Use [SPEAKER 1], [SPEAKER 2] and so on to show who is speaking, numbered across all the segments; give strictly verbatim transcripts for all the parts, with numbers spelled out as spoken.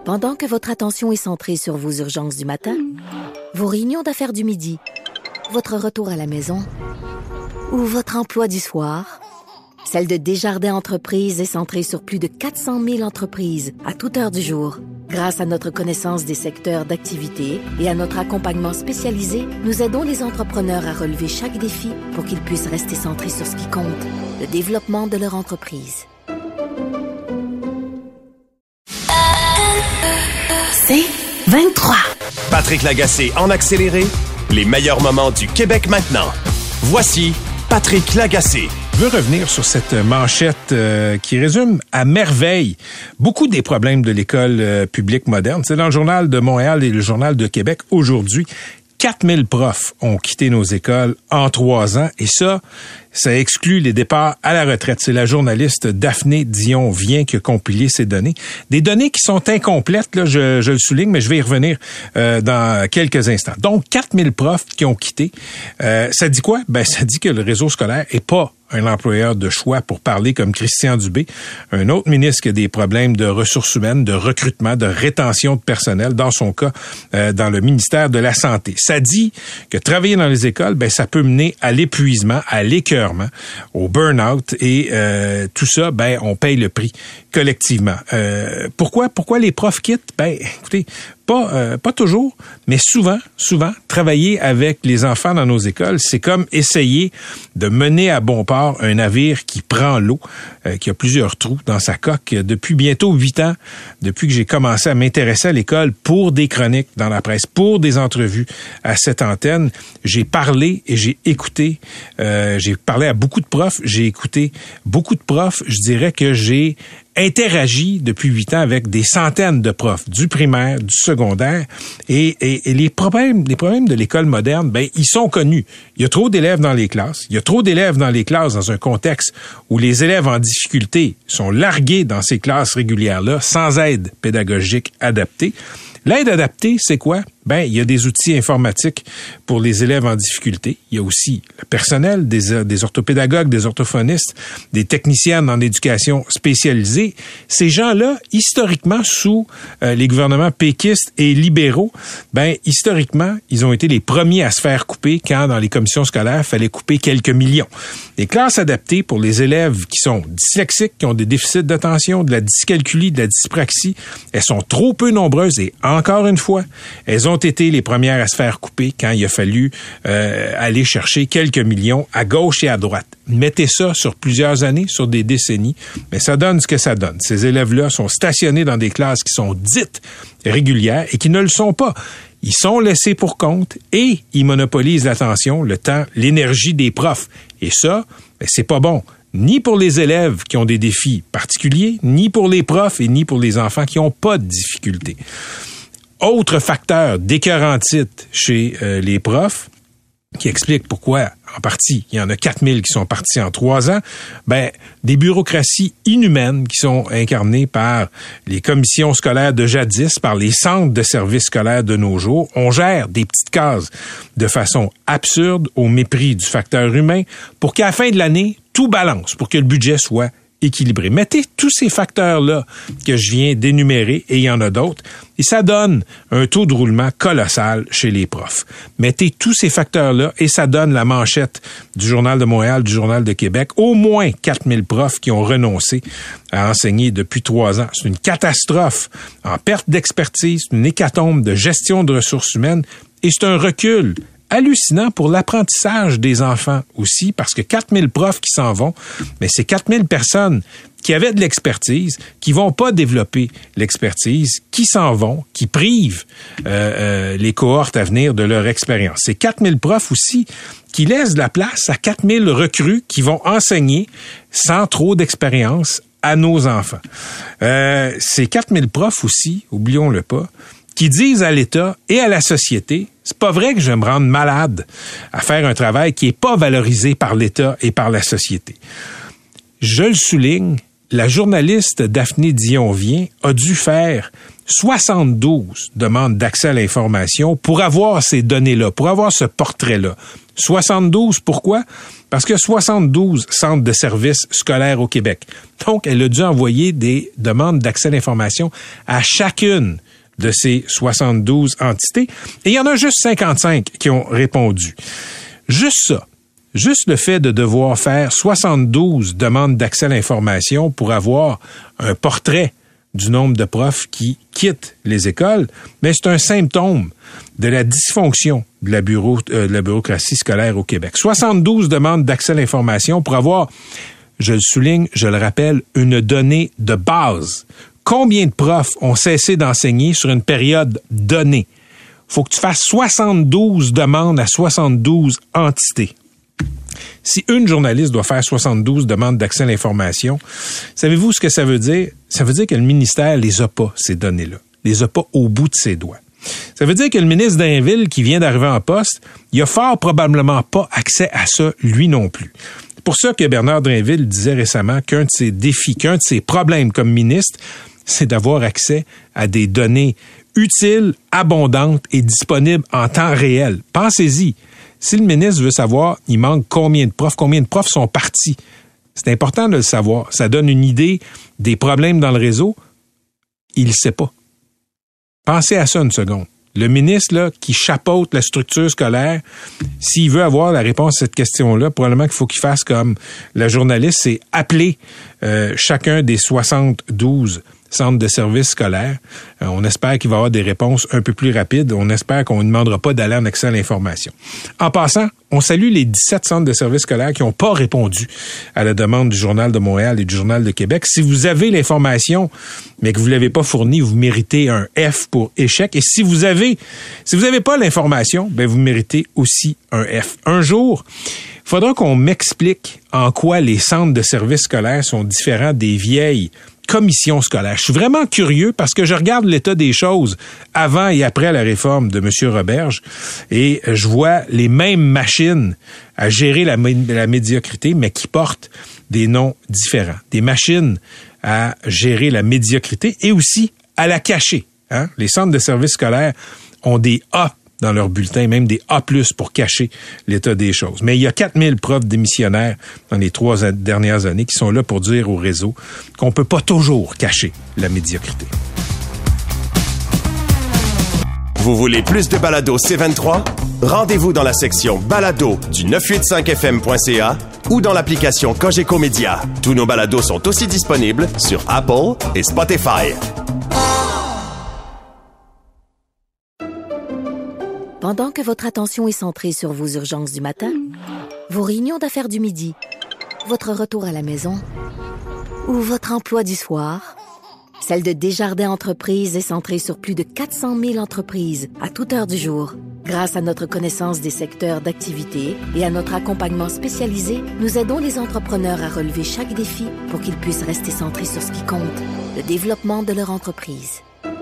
[SPEAKER 1] Pendant que votre attention est centrée sur vos urgences du matin, vos réunions d'affaires du midi, votre retour à la maison ou votre emploi du soir, celle de Desjardins Entreprises est centrée sur plus de quatre cent mille entreprises à toute heure du jour. Grâce à notre connaissance des secteurs d'activité et à notre accompagnement spécialisé, nous aidons les entrepreneurs à relever chaque défi pour qu'ils puissent rester centrés sur ce qui compte, le développement de leur entreprise. C'est vingt-trois.
[SPEAKER 2] Patrick Lagacé en accéléré, les meilleurs moments du Québec maintenant. Voici Patrick Lagacé.
[SPEAKER 3] Je veux revenir sur cette manchette euh, qui résume à merveille beaucoup des problèmes de l'école euh, publique moderne. C'est dans le Journal de Montréal et le Journal de Québec aujourd'hui. quatre mille profs ont quitté nos écoles en trois ans et ça, ça exclut les départs à la retraite. C'est la journaliste Daphné Dion-Vien qui a compilé ces données. Des données qui sont incomplètes, là, je, je le souligne, mais je vais y revenir euh, dans quelques instants. Donc, quatre mille profs qui ont quitté. Euh, ça dit quoi? Ben, ça dit que le réseau scolaire est pas un employeur de choix pour parler comme Christian Dubé, un autre ministre qui a des problèmes de ressources humaines, de recrutement, de rétention de personnel, dans son cas, euh, dans le ministère de la Santé. Ça dit que travailler dans les écoles, ben, ça peut mener à l'épuisement, à l'écœurement, au burn-out et euh, tout ça, ben, on paye le prix collectivement. Euh, pourquoi, pourquoi les profs quittent? Ben, écoutez, Pas, euh, pas toujours, mais souvent, souvent, travailler avec les enfants dans nos écoles, c'est comme essayer de mener à bon port un navire qui prend l'eau, euh, qui a plusieurs trous dans sa coque. Depuis bientôt huit ans, depuis que j'ai commencé à m'intéresser à l'école pour des chroniques dans la presse, pour des entrevues à cette antenne, j'ai parlé et j'ai écouté, euh, j'ai parlé à beaucoup de profs, j'ai écouté beaucoup de profs. Je dirais que j'ai interagit depuis huit ans avec des centaines de profs du primaire, du secondaire, et, et, et les problèmes, les problèmes de l'école moderne, ben ils sont connus. Il y a trop d'élèves dans les classes. Il y a trop d'élèves dans les classes dans un contexte où les élèves en difficulté sont largués dans ces classes régulières-là, sans aide pédagogique adaptée. L'aide adaptée, c'est quoi? Ben, il y a des outils informatiques pour les élèves en difficulté. Il y a aussi le personnel, des, des orthopédagogues, des orthophonistes, des techniciennes en éducation spécialisée. Ces gens-là, historiquement, sous euh, les gouvernements péquistes et libéraux, ben, historiquement, ils ont été les premiers à se faire couper quand, dans les commissions scolaires, il fallait couper quelques millions. Les classes adaptées pour les élèves qui sont dyslexiques, qui ont des déficits d'attention, de la dyscalculie, de la dyspraxie, elles sont trop peu nombreuses et, encore une fois, elles ont ont été les premières à se faire couper quand il a fallu euh, aller chercher quelques millions à gauche et à droite. Mettez ça sur plusieurs années, sur des décennies, mais ça donne ce que ça donne. Ces élèves-là sont stationnés dans des classes qui sont dites régulières et qui ne le sont pas. Ils sont laissés pour compte et ils monopolisent l'attention, le temps, l'énergie des profs. Et ça, ben, c'est pas bon. Ni pour les élèves qui ont des défis particuliers, ni pour les profs et ni pour les enfants qui n'ont pas de difficultés. Autre facteur d'écœurant titre chez euh, les profs, qui explique pourquoi, en partie, il y en a quatre mille qui sont partis en trois ans, ben, des bureaucraties inhumaines qui sont incarnées par les commissions scolaires de jadis, par les centres de services scolaires de nos jours. On gère des petites cases de façon absurde, au mépris du facteur humain, pour qu'à la fin de l'année, tout balance, pour que le budget soit équilibré. Mettez tous ces facteurs-là que je viens d'énumérer, et il y en a d'autres, et ça donne un taux de roulement colossal chez les profs. Mettez tous ces facteurs-là et ça donne la manchette du Journal de Montréal, du Journal de Québec. Au moins quatre mille profs qui ont renoncé à enseigner depuis trois ans. C'est une catastrophe en perte d'expertise, une hécatombe de gestion de ressources humaines et c'est un recul hallucinant pour l'apprentissage des enfants aussi, parce que quatre mille profs qui s'en vont, mais c'est quatre mille personnes qui avaient de l'expertise, qui vont pas développer l'expertise, qui s'en vont, qui privent euh, euh, les cohortes à venir de leur expérience. C'est quatre mille profs aussi qui laissent de la place à quatre mille recrues qui vont enseigner sans trop d'expérience à nos enfants. Euh, c'est quatre mille profs aussi, oublions-le pas, qui disent à l'État et à la société, c'est pas vrai que je vais me rendre malade à faire un travail qui est pas valorisé par l'État et par la société. Je le souligne, la journaliste Daphné Dion-Vien a dû faire soixante-douze demandes d'accès à l'information pour avoir ces données-là, pour avoir ce portrait-là. soixante-douze, pourquoi? parce qu'il y a soixante-douze centres de services scolaires au Québec. Donc, elle a dû envoyer des demandes d'accès à l'information à chacune de ces soixante-douze entités. Et il y en a juste cinquante-cinq qui ont répondu. Juste ça. Juste le fait de devoir faire soixante-douze demandes d'accès à l'information pour avoir un portrait du nombre de profs qui quittent les écoles, mais c'est un symptôme de la dysfonction de la, bureau, euh, de la bureaucratie scolaire au Québec. soixante-douze demandes d'accès à l'information pour avoir, je le souligne, je le rappelle, une donnée de base. Combien de profs ont cessé d'enseigner sur une période donnée? Faut que tu fasses soixante-douze demandes à soixante-douze entités. Si une journaliste doit faire soixante-douze demandes d'accès à l'information, savez-vous ce que ça veut dire? Ça veut dire que le ministère les a pas, ces données-là. Les a pas au bout de ses doigts. Ça veut dire que le ministre Drainville, qui vient d'arriver en poste, il a fort probablement pas accès à ça, lui non plus. C'est pour ça que Bernard Drainville disait récemment qu'un de ses défis, qu'un de ses problèmes comme ministre, c'est d'avoir accès à des données utiles, abondantes et disponibles en temps réel. Pensez-y. Si le ministre veut savoir, il manque combien de profs, combien de profs sont partis. C'est important de le savoir. Ça donne une idée des problèmes dans le réseau. Il ne sait pas. Pensez à ça une seconde. Le ministre là, qui chapeaute la structure scolaire, s'il veut avoir la réponse à cette question-là, probablement qu'il faut qu'il fasse comme la journaliste, c'est appeler euh, chacun des soixante-douze centres de services scolaires. Euh, on espère qu'il va y avoir des réponses un peu plus rapides. On espère qu'on ne demandera pas d'aller en accès à l'information. En passant, on salue les dix-sept centres de services scolaires qui n'ont pas répondu à la demande du Journal de Montréal et du Journal de Québec. Si vous avez l'information, mais que vous ne l'avez pas fournie, vous méritez un F pour échec. Et si vous avez, si vous n'avez pas l'information, ben vous méritez aussi un F. Un jour, il faudra qu'on m'explique en quoi les centres de services scolaires sont différents des vieilles commission scolaire. Je suis vraiment curieux parce que je regarde l'état des choses avant et après la réforme de M. Roberge et je vois les mêmes machines à gérer la, la médiocrité, mais qui portent des noms différents. Des machines à gérer la médiocrité et aussi à la cacher. Hein? Les centres de services scolaires ont des A dans leur bulletin, même des A plus, pour cacher l'état des choses. Mais il y a quatre mille profs démissionnaires dans les trois dernières années qui sont là pour dire au réseau qu'on peut pas toujours cacher la médiocrité.
[SPEAKER 2] Vous voulez plus de balado C vingt-trois? Rendez-vous dans la section balado du neuf cent quatre-vingt-cinq F M point C A ou dans l'application Cogeco Média. Tous nos balados sont aussi disponibles sur Apple et Spotify.
[SPEAKER 1] Pendant que votre attention est centrée sur vos urgences du matin, vos réunions d'affaires du midi, votre retour à la maison ou votre emploi du soir, celle de Desjardins Entreprises est centrée sur plus de quatre cent mille entreprises à toute heure du jour. Grâce à notre connaissance des secteurs d'activité et à notre accompagnement spécialisé, nous aidons les entrepreneurs à relever chaque défi pour qu'ils puissent rester centrés sur ce qui compte, le développement de leur entreprise.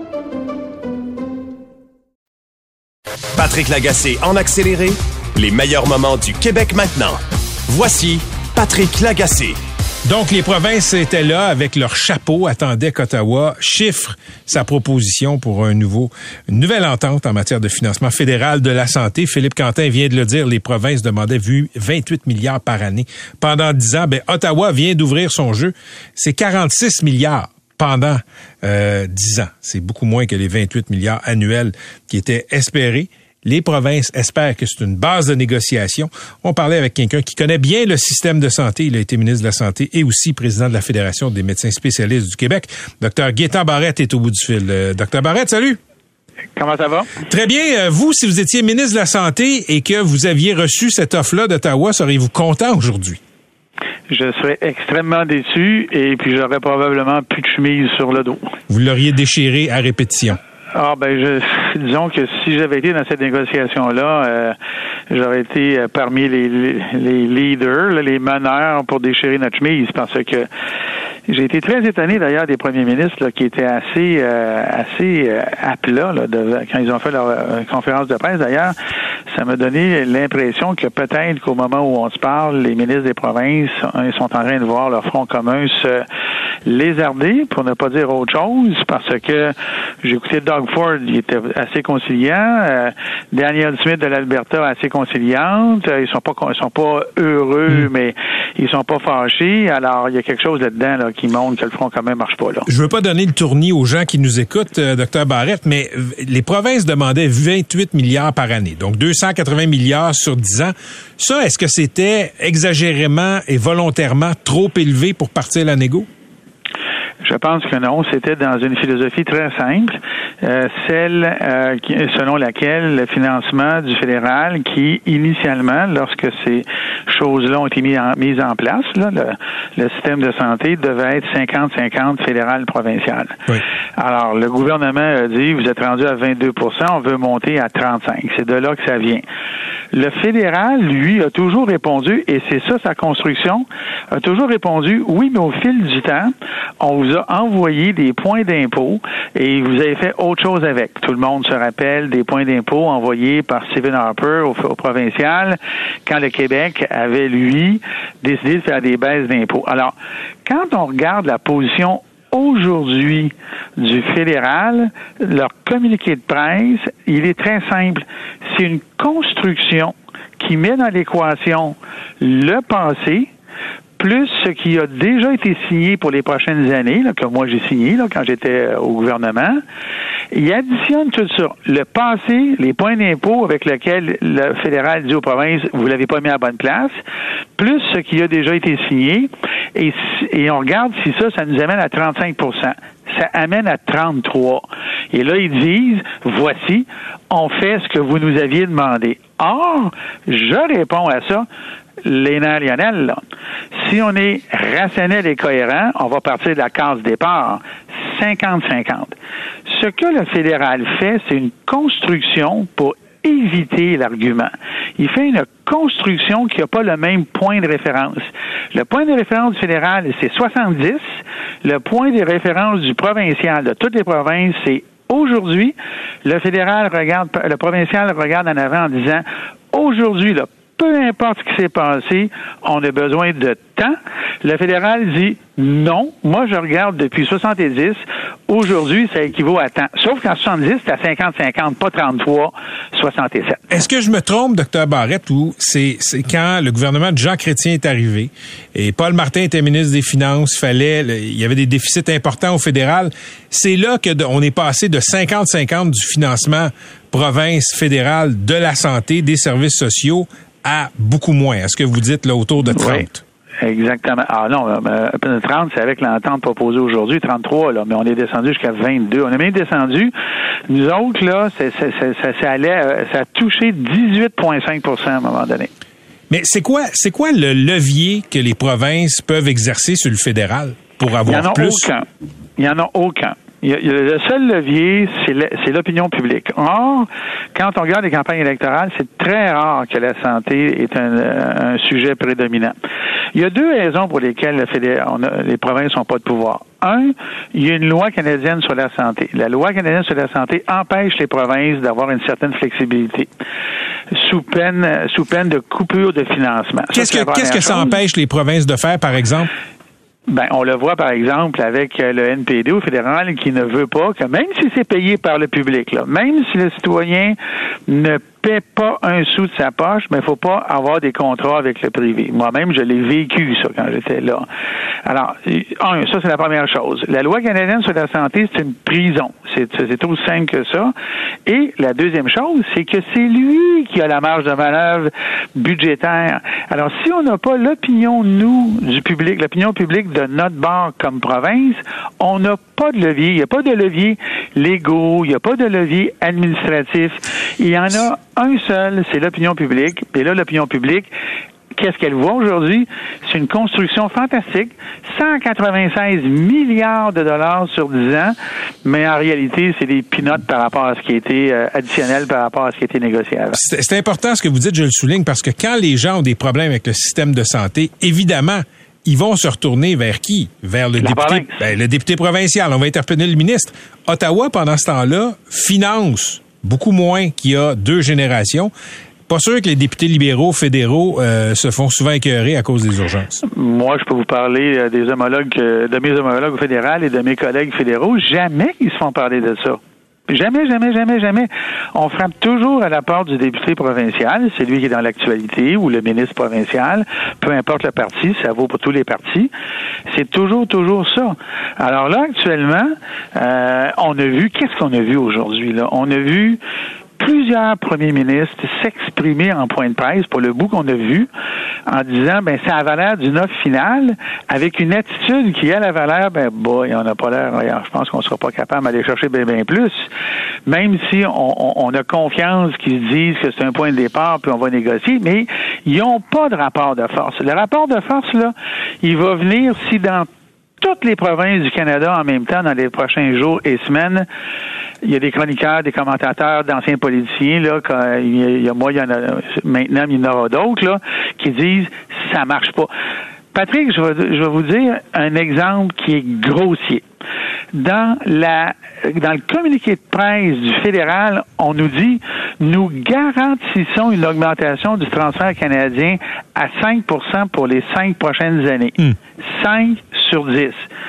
[SPEAKER 2] Patrick Lagacé en accéléré, les meilleurs moments du Québec maintenant. Voici Patrick Lagacé.
[SPEAKER 3] Donc, les provinces étaient là avec leur chapeau, attendaient qu'Ottawa chiffre sa proposition pour un nouveau, une nouvelle entente en matière de financement fédéral de la santé. Philippe Quentin vient de le dire, les provinces demandaient vu vingt-huit milliards par année. Pendant dix ans, ben, Ottawa vient d'ouvrir son jeu. C'est quarante-six milliards pendant euh, dix ans. C'est beaucoup moins que les vingt-huit milliards annuels qui étaient espérés. Les provinces espèrent que c'est une base de négociation. On parlait avec quelqu'un qui connaît bien le système de santé. Il a été ministre de la Santé et aussi président de la Fédération des médecins spécialistes du Québec. Docteur Gaétan Barrette est au bout du fil. Euh, Docteur Barrette, salut!
[SPEAKER 4] Comment ça va?
[SPEAKER 3] Très bien. Vous, si vous étiez ministre de la Santé et que vous aviez reçu cette offre-là d'Ottawa, seriez-vous content aujourd'hui?
[SPEAKER 4] Je serais extrêmement déçu et puis j'aurais probablement plus de chemise sur le dos. Vous
[SPEAKER 3] l'auriez déchiré à répétition?
[SPEAKER 4] Ah ben je disons que si j'avais été dans cette négociation-là, euh, j'aurais été parmi les, les, les leaders, là, les meneurs pour déchirer notre chemise, parce que j'ai été très étonné d'ailleurs des premiers ministres là, qui étaient assez euh, assez euh, à plat là, de, quand ils ont fait leur euh, conférence de presse. D'ailleurs, ça m'a donné l'impression que peut-être qu'au moment où on se parle, les ministres des provinces ils sont en train de voir leur front commun se lézarder, pour ne pas dire autre chose, parce que J'ai écouté Doug Ford, il était assez conciliant. Euh, Danielle Smith de l'Alberta, assez conciliante. Ils sont pas ils sont pas heureux, mm. mais ils sont pas fâchés. Alors, il y a quelque chose là-dedans là, qui montre que le Front commun marche pas là.
[SPEAKER 3] Je veux pas donner le tournis aux gens qui nous écoutent, euh, docteur Barrette, mais les provinces demandaient vingt-huit milliards par année, donc deux cent quatre-vingts milliards sur dix ans. Ça, est-ce que c'était exagérément et volontairement trop élevé pour partir la négo?
[SPEAKER 4] Je pense que non. C'était dans une philosophie très simple, euh, celle euh, qui, selon laquelle le financement du fédéral, qui initialement, lorsque ces choses-là ont été mises en, mises en place, là, le, le système de santé devait être cinquante cinquante fédéral-provincial. Oui. Alors, le gouvernement a dit, vous êtes rendu à vingt-deux pour cent, on veut monter à trente-cinq. C'est de là que ça vient. Le fédéral, lui, a toujours répondu, et c'est ça sa construction, a toujours répondu, oui, mais au fil du temps, on vous a envoyé des points d'impôt et vous avez fait autre chose avec. Tout le monde se rappelle des points d'impôt envoyés par Stephen Harper au, au provincial quand le Québec avait, lui, décidé de faire des baisses d'impôts. Alors, quand on regarde la position aujourd'hui du fédéral, leur communiqué de presse, il est très simple. C'est une construction qui met dans l'équation le passé, plus ce qui a déjà été signé pour les prochaines années, là, que moi j'ai signé là, quand j'étais au gouvernement. Il additionne tout ça. Le passé, les points d'impôt avec lesquels le fédéral dit aux provinces, vous l'avez pas mis à la bonne place, plus ce qui a déjà été signé, et, et on regarde si ça, ça nous amène à trente-cinq pour cent. Ça amène à trente-trois. Et là, ils disent, voici, on fait ce que vous nous aviez demandé. Or, je réponds à ça, Léna Lionel, là. Si on est rationnel et cohérent, on va partir de la case départ, cinquante cinquante. Ce que le fédéral fait, c'est une construction pour éviter l'argument. Il fait une construction qui n'a pas le même point de référence. Le point de référence du fédéral, c'est soixante-dix. Le point de référence du provincial de toutes les provinces, c'est aujourd'hui. Le fédéral regarde, le provincial regarde en avant en disant, aujourd'hui, là, peu importe ce qui s'est passé, on a besoin de temps. Le fédéral dit non. Moi, je regarde depuis soixante-dix. Aujourd'hui, ça équivaut à temps. Sauf qu'en soixante-dix, c'est à cinquante cinquante, pas trente-trois soixante-sept.
[SPEAKER 3] Est-ce que je me trompe, docteur Barrette, ou c'est, c'est quand le gouvernement de Jean Chrétien est arrivé et Paul Martin était ministre des Finances, fallait, il y avait des déficits importants au fédéral. C'est là que de, on est passé de cinquante cinquante du financement province fédérale de la santé, des services sociaux, à beaucoup moins. Est-ce que vous dites là autour de trente?
[SPEAKER 4] Oui, exactement. Ah non, euh, trente, c'est avec l'entente proposée aujourd'hui, trente-trois, là, mais on est descendu jusqu'à vingt-deux. On est même descendu. Nous autres, là, c'est, c'est, c'est, ça, ça allait, ça a touché dix-huit virgule cinq pour cent à un moment donné.
[SPEAKER 3] Mais c'est quoi, c'est quoi le levier que les provinces peuvent exercer sur le fédéral pour avoir plus? Il n'y en a plus?
[SPEAKER 4] aucun. Il n'y en a aucun. Il y a, il y a le seul levier, c'est, le, c'est l'opinion publique. Or, quand on regarde les campagnes électorales, c'est très rare que la santé est un, un sujet prédominant. Il y a deux raisons pour lesquelles le fédéral, on a, les provinces n'ont pas de pouvoir. Un, il y a une loi canadienne sur la santé. La loi canadienne sur la santé empêche les provinces d'avoir une certaine flexibilité, sous peine, sous peine de coupure de financement.
[SPEAKER 3] Qu'est-ce ça, que, qu'est-ce que ça empêche les provinces de faire, par exemple?
[SPEAKER 4] Ben, on le voit, par exemple, avec le N P D au fédéral qui ne veut pas que, même si c'est payé par le public, là, même si le citoyen ne paie pas un sou de sa poche, mais il faut pas avoir des contrats avec le privé. Moi-même, je l'ai vécu, ça, quand j'étais là. Alors, un, ça, c'est la première chose. La loi canadienne sur la santé, c'est une prison. C'est, c'est tout simple que ça. Et la deuxième chose, c'est que c'est lui qui a la marge de manœuvre budgétaire. Alors, si on n'a pas l'opinion, nous, du public, l'opinion publique de notre bord comme province, on n'a pas de levier. Il n'y a pas de levier légaux, il n'y a pas de levier administratif. Il y en a un seul, c'est l'opinion publique. Et là, l'opinion publique, qu'est-ce qu'elle voit aujourd'hui? C'est une construction fantastique, cent quatre-vingt-seize milliards de dollars sur dix ans, mais en réalité, c'est des peanuts par rapport à ce qui a été euh, additionnel par rapport à ce qui a été négocié avant.
[SPEAKER 3] C'est, c'est important ce que vous dites, je le souligne, parce que quand les gens ont des problèmes avec le système de santé, évidemment, ils vont se retourner vers qui? Vers le député, ben, le député provincial. On va interpeller le ministre. Ottawa, pendant ce temps-là, finance beaucoup moins qu'il y a deux générations. Pas sûr que les députés libéraux fédéraux euh, se font souvent écœurer à cause des urgences.
[SPEAKER 4] Moi, je peux vous parler euh, des homologues, euh, de mes homologues fédéraux et de mes collègues fédéraux. Jamais ils se font parler de ça. Jamais, jamais, jamais, jamais. On frappe toujours à la porte du député provincial, c'est lui qui est dans l'actualité, ou le ministre provincial, peu importe le parti, ça vaut pour tous les partis. C'est toujours, toujours ça. Alors là, actuellement, euh, on a vu, qu'est-ce qu'on a vu aujourd'hui, là? On a vu plusieurs premiers ministres s'exprimer en point de presse pour le bout qu'on a vu en disant, ben, c'est à la valeur d'une offre finale avec une attitude qui, à la valeur, ben, boy, on n'a pas l'air, je pense qu'on ne sera pas capable d'aller chercher bien, bien plus. Même si on, on, on a confiance qu'ils se disent que c'est un point de départ puis on va négocier, mais ils n'ont pas de rapport de force. Le rapport de force, là, il va venir si dans toutes les provinces du Canada en même temps, dans les prochains jours et semaines, il y a des chroniqueurs, des commentateurs, d'anciens politiciens, là, quand il y a moi, il y en a maintenant, il y en aura d'autres, là, qui disent ça marche pas. Patrick, je vais, je vais vous dire un exemple qui est grossier. Dans la, dans le communiqué de presse du fédéral, on nous dit, nous garantissons une augmentation du transfert canadien à cinq pour cent pour les cinq prochaines années. Mm. cinq sur dix.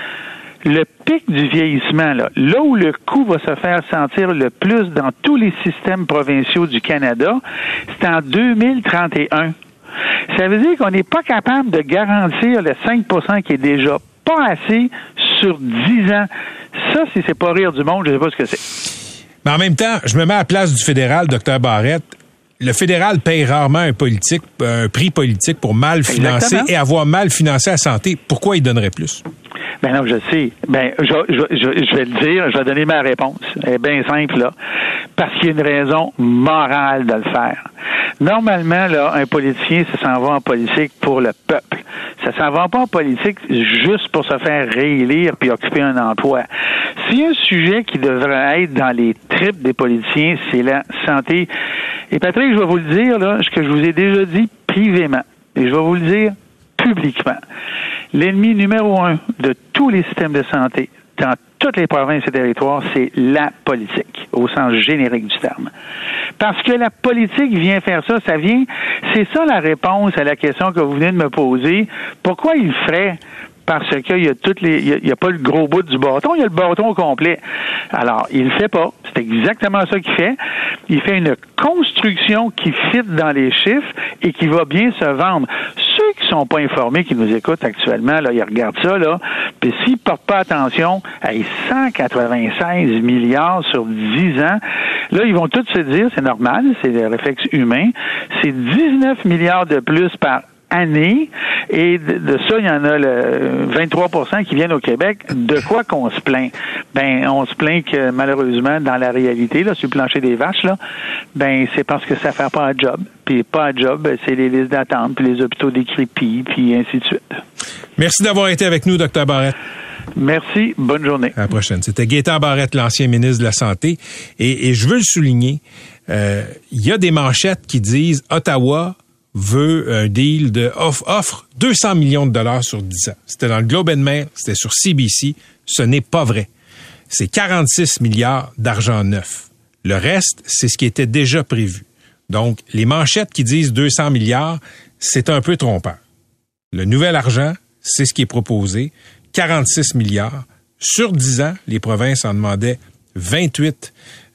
[SPEAKER 4] Le pic du vieillissement, là, là où le coût va se faire sentir le plus dans tous les systèmes provinciaux du Canada, c'est en deux mille trente et un. Ça veut dire qu'on n'est pas capable de garantir le cinq pour cent qui est déjà pas assez sur dix ans. Ça, si c'est pas rire du monde, je ne sais pas ce que c'est.
[SPEAKER 3] Mais en même temps, je me mets à la place du fédéral, docteur Barrette. Le fédéral paye rarement un politique, un prix politique pour mal financer et avoir mal financé la santé. Pourquoi il donnerait plus?
[SPEAKER 4] Ben non, je sais. Ben, je, je, je, je vais le dire, je vais donner ma réponse. Elle est bien simple, là. Parce qu'il y a une raison morale de le faire. Normalement, là, un politicien, ça s'en va en politique pour le peuple. Ça s'en va pas en politique juste pour se faire réélire puis occuper un emploi. S'il y a un sujet qui devrait être dans les tripes des politiciens, c'est la santé. Et Patrick, je vais vous le dire, là, ce que je vous ai déjà dit privément, et je vais vous le dire publiquement. L'ennemi numéro un de tous les systèmes de santé dans toutes les provinces et territoires, c'est la politique, au sens générique du terme. Parce que la politique vient faire ça, ça vient, c'est ça la réponse à la question que vous venez de me poser. Pourquoi il ferait? Parce qu'il y a toutes les, il y a pas le gros bout du bâton, il y a le bâton au complet. Alors, il le fait pas. C'est exactement ça qu'il fait. Il fait une construction qui fit dans les chiffres et qui va bien se vendre. Ceux qui sont pas informés, qui nous écoutent actuellement, là, ils regardent ça, là, puis s'ils portent pas attention à cent quatre-vingt-seize milliards sur dix ans, là, ils vont tous se dire, c'est normal, c'est le réflexe humain, c'est dix-neuf milliards de plus par année, et de, de ça, il y en a le vingt-trois pour cent qui viennent au Québec. De quoi qu'on se plaint? Ben, on se plaint que, malheureusement, dans la réalité, là, sur le plancher des vaches, là, ben, c'est parce que ça fait pas un job. Puis pas un job, c'est les listes d'attente, puis les hôpitaux décrépits, puis ainsi de suite.
[SPEAKER 3] Merci d'avoir été avec nous, docteur Barrette.
[SPEAKER 4] Merci. Bonne journée.
[SPEAKER 3] À la prochaine. C'était Gaétan Barrette, l'ancien ministre de la Santé. Et, et je veux le souligner, euh, il y a des manchettes qui disent Ottawa veut un deal de off, offre deux cents millions de dollars sur dix ans. C'était dans le Globe and Mail, c'était sur C B C. Ce n'est pas vrai. C'est quarante-six milliards d'argent neuf. Le reste, c'est ce qui était déjà prévu. Donc, les manchettes qui disent deux cents milliards, c'est un peu trompeur. Le nouvel argent, c'est ce qui est proposé. quarante-six milliards. Sur dix ans, les provinces en demandaient vingt-huit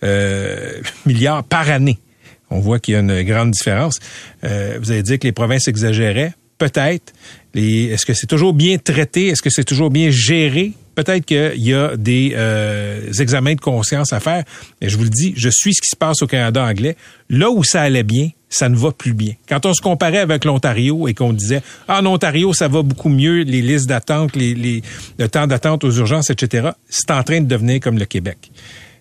[SPEAKER 3] euh, milliards par année. On voit qu'il y a une grande différence. Euh, vous allez dire que les provinces exagéraient. Peut-être. Les, est-ce que c'est toujours bien traité? Est-ce que c'est toujours bien géré? Peut-être qu'il y a des euh, examens de conscience à faire. Mais je vous le dis, je suis ce qui se passe au Canada anglais. Là où ça allait bien, ça ne va plus bien. Quand on se comparait avec l'Ontario et qu'on disait « Ah, en Ontario, ça va beaucoup mieux, les listes d'attente, les, les, le temps d'attente aux urgences, et cetera » c'est en train de devenir comme le Québec.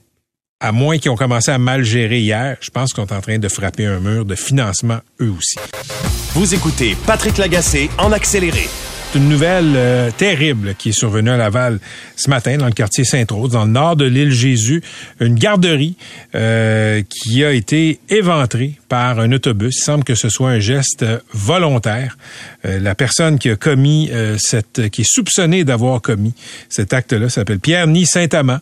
[SPEAKER 3] À moins qu'ils ont commencé à mal gérer hier, je pense qu'on est en train de frapper un mur de financement eux aussi.
[SPEAKER 2] Vous écoutez Patrick Lagacé en accéléré.
[SPEAKER 3] C'est une nouvelle euh, terrible qui est survenue à Laval ce matin dans le quartier Sainte-Rose, dans le nord de l'île Jésus. Une garderie euh, qui a été éventrée par un autobus. Il semble que ce soit un geste volontaire. Euh, la personne qui a commis euh, cette, qui est soupçonnée d'avoir commis cet acte-là s'appelle Pierre-Ny Saint-Amand.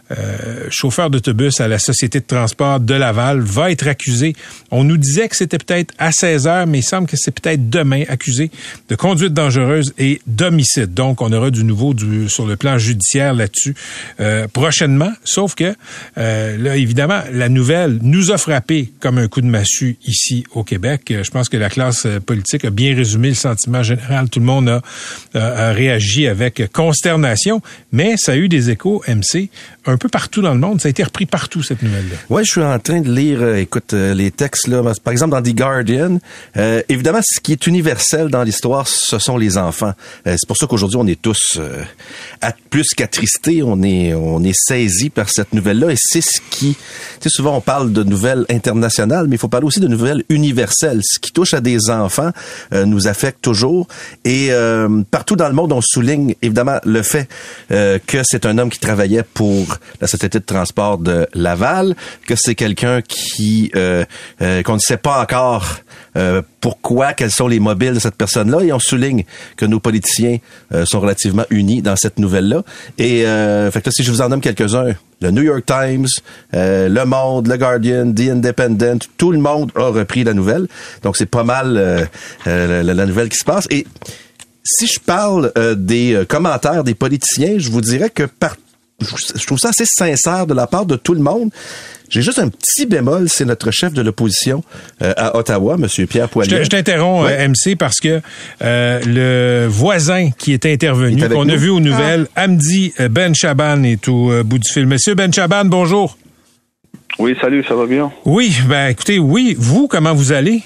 [SPEAKER 3] euh, chauffeur d'autobus à la Société de transport de Laval, va être accusé. On nous disait que c'était peut-être à seize heures, mais il semble que c'est peut-être demain, accusé de conduite dangereuse et d'homicide. Donc, on aura du nouveau du, sur le plan judiciaire là-dessus euh, prochainement. Sauf que, euh, là, évidemment, la nouvelle nous a frappé comme un coup de massue ici au Québec. Je pense que la classe politique a bien résumé le sentiment général. Tout le monde a, a, a réagi avec consternation, mais ça a eu des échos, M C, un peu partout dans le monde. Ça a été repris partout, cette nouvelle-là.
[SPEAKER 5] Oui, je suis en train de lire, euh, écoute, euh, les textes, là, par exemple, dans The Guardian. Euh, évidemment, ce qui est universel dans l'histoire, ce sont les enfants. Euh, c'est pour ça qu'aujourd'hui, on est tous euh, à, plus qu'attristés, on est on est saisis par cette nouvelle-là, et c'est ce qui... Tu sais, souvent, on parle de nouvelles internationales, mais il faut parler aussi de nouvelles universelles. Ce qui touche à des enfants euh, nous affecte toujours, et euh, partout dans le monde, on souligne, évidemment, le fait euh, que c'est un homme qui travaillait pour la Société de transport de Laval, que c'est quelqu'un qui euh, euh, qu'on ne sait pas encore euh, pourquoi, quels sont les mobiles de cette personne-là, et on souligne que nos politiciens euh, sont relativement unis dans cette nouvelle-là. Et euh, fait que là, si je vous en nomme quelques-uns, le New York Times, euh, Le Monde, Le Guardian, The Independent, tout le monde a repris la nouvelle. Donc c'est pas mal euh, euh, la, la nouvelle qui se passe. Et si je parle euh, des commentaires des politiciens, je vous dirais que par je trouve ça assez sincère de la part de tout le monde. J'ai juste un petit bémol, c'est notre chef de l'opposition euh, à Ottawa, M. Pierre Poilievre.
[SPEAKER 3] Je t'interromps, ouais. M C, parce que euh, le voisin qui est intervenu, est qu'on nous. a vu aux nouvelles, ah. Hamdi Ben Chaban, est au euh, bout du fil. Monsieur Ben Chaban, bonjour.
[SPEAKER 6] Oui, salut, ça va bien? Oui,
[SPEAKER 3] ben écoutez, oui, vous, comment vous allez?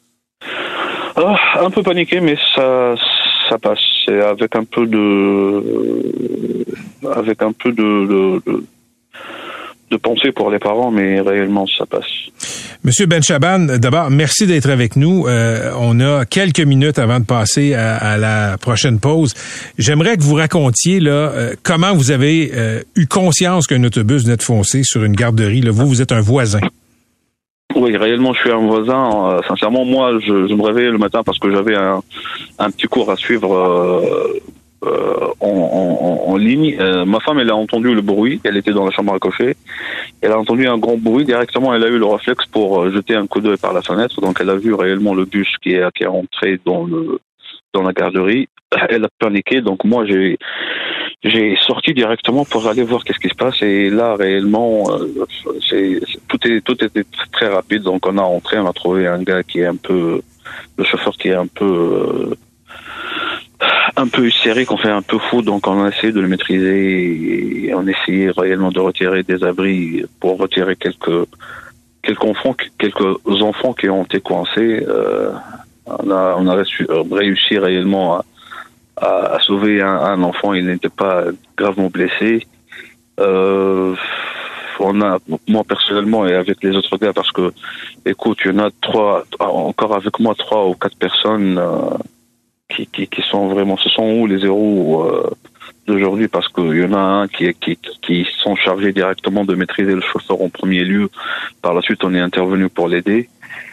[SPEAKER 6] Oh, un peu paniqué, mais ça... ça passe. C'est avec un peu de, avec un peu de, de, de, de pensée pour les parents, mais réellement, ça passe.
[SPEAKER 3] Monsieur Ben Chaban, d'abord, merci d'être avec nous. Euh, on a quelques minutes avant de passer à, à la prochaine pause. J'aimerais que vous racontiez là euh, comment vous avez euh, eu conscience qu'un autobus venait de foncer sur une garderie. Là, vous, vous êtes un voisin.
[SPEAKER 6] Oui, réellement, je suis un voisin. Euh, sincèrement, moi, je, je me réveillais le matin parce que j'avais un, un petit cours à suivre euh, euh, en, en, en ligne. Euh, ma femme, elle a entendu le bruit. Elle était dans la chambre à coucher. Elle a entendu un grand bruit. Directement, elle a eu le réflexe pour jeter un coup d'œil par la fenêtre. Donc, elle a vu réellement le bus qui est, qui est rentré dans le dans la garderie. Elle a paniqué. Donc, moi, j'ai J'ai sorti directement pour aller voir qu'est-ce qui se passe, et là réellement euh, c'est, c'est tout est tout était très rapide. Donc on a entré, on a trouvé un gars qui est un peu le chauffeur qui est un peu euh, un peu hystérique, on fait un peu fou. Donc on a essayé de le maîtriser et on a essayé réellement de retirer des abris pour retirer quelques quelques enfants quelques enfants qui ont été coincés. Euh, on a on a réussi, réussi réellement à À, à sauver un, un enfant. Il n'était pas gravement blessé. Euh, on a, moi personnellement et avec les autres gars, parce que, écoute, il y en a trois, encore avec moi, trois ou quatre personnes euh, qui, qui, qui sont vraiment, ce sont où les héros euh, d'aujourd'hui, parce qu'il y en a un qui, qui, qui sont chargés directement de maîtriser le chauffeur en premier lieu. Par la suite, on est intervenu pour l'aider.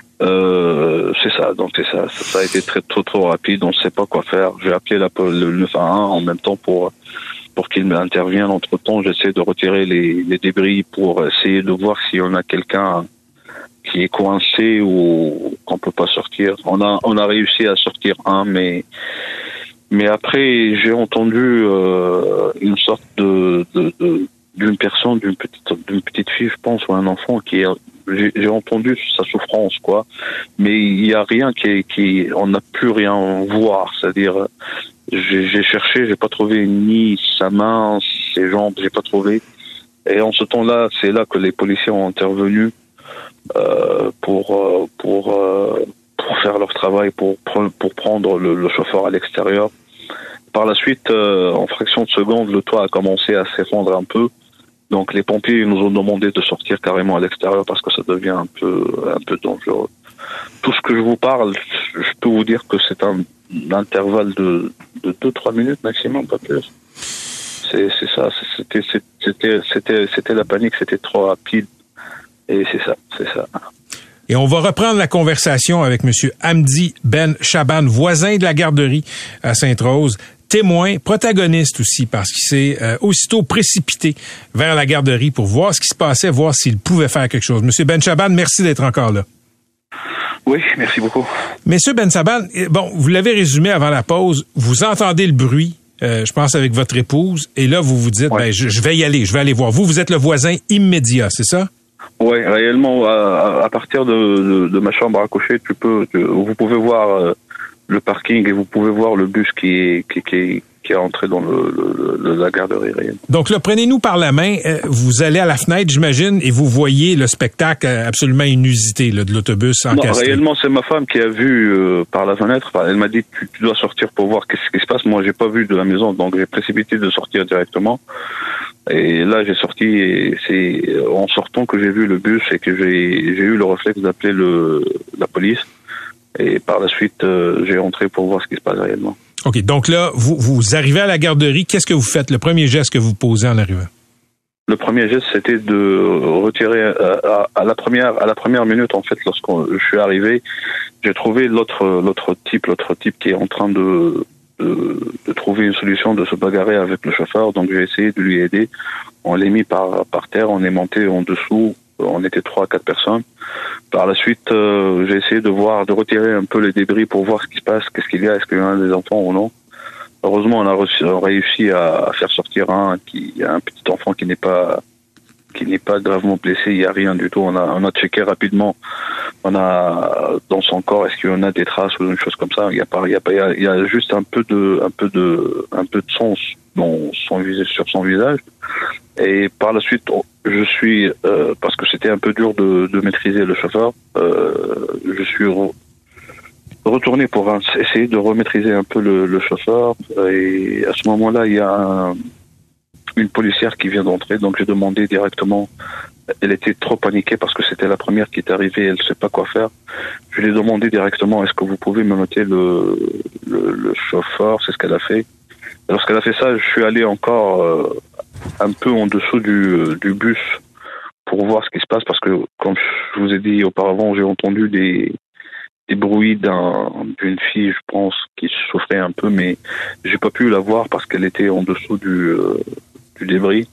[SPEAKER 6] Euh, c'est ça, donc c'est ça, ça, ça a été très trop trop rapide, on ne sait pas quoi faire. J'ai appelé la, le neuf un un en même temps pour pour qu'il intervienne. Entre temps, j'essaie de retirer les, les débris pour essayer de voir s'il y en a quelqu'un qui est coincé ou qu'on peut pas sortir. On a on a réussi à sortir un, mais mais après j'ai entendu euh, une sorte de, de, de d'une personne, d'une petite d'une petite fille, je pense, ou un enfant qui est J'ai, j'ai entendu sa souffrance, quoi, mais il y a rien qui, qui, on n'a plus rien à voir. C'est-à-dire, j'ai, j'ai cherché, j'ai pas trouvé ni sa main, ses jambes, j'ai pas trouvé. Et en ce temps-là, c'est là que les policiers ont intervenu euh, pour pour euh, pour faire leur travail, pour pour prendre le, le chauffeur à l'extérieur. Par la suite, euh, en fraction de seconde, le toit a commencé à s'effondrer un peu. Donc les pompiers nous ont demandé de sortir carrément à l'extérieur parce que ça devient un peu un peu dangereux. Tout ce que je vous parle, je peux vous dire que c'est un, un intervalle de de deux trois minutes maximum, pas plus. C'est c'est ça, c'était c'était c'était c'était la panique, c'était trop rapide, et c'est ça, c'est ça.
[SPEAKER 3] Et on va reprendre la conversation avec Monsieur Hamdi Ben Chaban, voisin de la garderie à Sainte-Rose. témoin, protagoniste aussi, parce qu'il s'est euh, aussitôt précipité vers la garderie pour voir ce qui se passait, voir s'il pouvait faire quelque chose. Monsieur Benchaban, merci d'être encore là.
[SPEAKER 6] Oui, merci beaucoup.
[SPEAKER 3] Monsieur Benchaban, bon, vous l'avez résumé avant la pause, vous entendez le bruit, euh, je pense avec votre épouse, et là, vous vous dites, ouais. ben, je, je vais y aller, je vais aller voir. Vous, vous êtes le voisin immédiat, c'est ça?
[SPEAKER 6] Oui, réellement, à, à partir de, de, de ma chambre à coucher, tu peux, tu, vous pouvez voir euh, le parking et vous pouvez voir le bus qui est, qui, qui, qui est entré dans le, le, le, la garderie réelle. Donc
[SPEAKER 3] là, prenez-nous par la main, euh, vous allez à la fenêtre, j'imagine, et vous voyez le spectacle absolument inusité là, de l'autobus encastré.
[SPEAKER 6] Non, réellement, c'est ma femme qui a vu euh, par la fenêtre. Elle m'a dit, tu, tu dois sortir pour voir qu'est-ce qui se passe. Moi, j'ai pas vu de la maison, donc j'ai précipité de sortir directement. Et là, j'ai sorti, et c'est en sortant que j'ai vu le bus et que j'ai, j'ai eu le réflexe d'appeler le, la police. Et par la suite, euh, j'ai rentré pour voir ce qui se passe réellement.
[SPEAKER 3] OK, donc là, vous, vous arrivez à la garderie. Qu'est-ce que vous faites? Le premier geste que vous posez en arrivant?
[SPEAKER 6] Le premier geste, c'était de retirer à, à, à la première à la première minute, en fait, lorsque je suis arrivé, j'ai trouvé l'autre l'autre type, l'autre type qui est en train de De, de trouver une solution, de se bagarrer avec le chauffeur. Donc j'ai essayé de lui aider. On l'a mis par par terre, on est monté en dessous. On était trois à quatre personnes. Par la suite, euh, j'ai essayé de voir, de retirer un peu les débris pour voir ce qui se passe, qu'est-ce qu'il y a, est-ce qu'il y a des enfants ou non. Heureusement, on a réussi, réussi à, à faire sortir un qui a un petit enfant qui n'est pas qui n'est pas gravement blessé, il n'y a rien du tout. On a, on a checké rapidement. On a, dans son corps, est-ce qu'il y en a des traces ou une chose comme ça? Il y a pas, il y a pas, il y a, il y a juste un peu de, un peu de, un peu de sang dans son visage, sur son visage. Et par la suite, je suis, euh, parce que c'était un peu dur de, de maîtriser le chauffeur, euh, je suis re, retourné pour un, essayer de remaîtriser un peu le, le chauffeur. Et à ce moment-là, il y a un, une policière qui vient d'entrer, donc j'ai demandé directement. Elle était trop paniquée parce que c'était la première qui est arrivée, elle ne sait pas quoi faire. Je lui ai demandé directement, est-ce que vous pouvez me noter le, le, le chauffeur? C'est ce qu'elle a fait. Lorsqu'elle a fait ça, je suis allé encore euh, un peu en dessous du, du bus pour voir ce qui se passe, parce que, comme je vous ai dit auparavant, j'ai entendu des, des bruits d'un, d'une fille, je pense, qui souffrait un peu, mais j'ai pas pu la voir parce qu'elle était en dessous du, euh, du débris.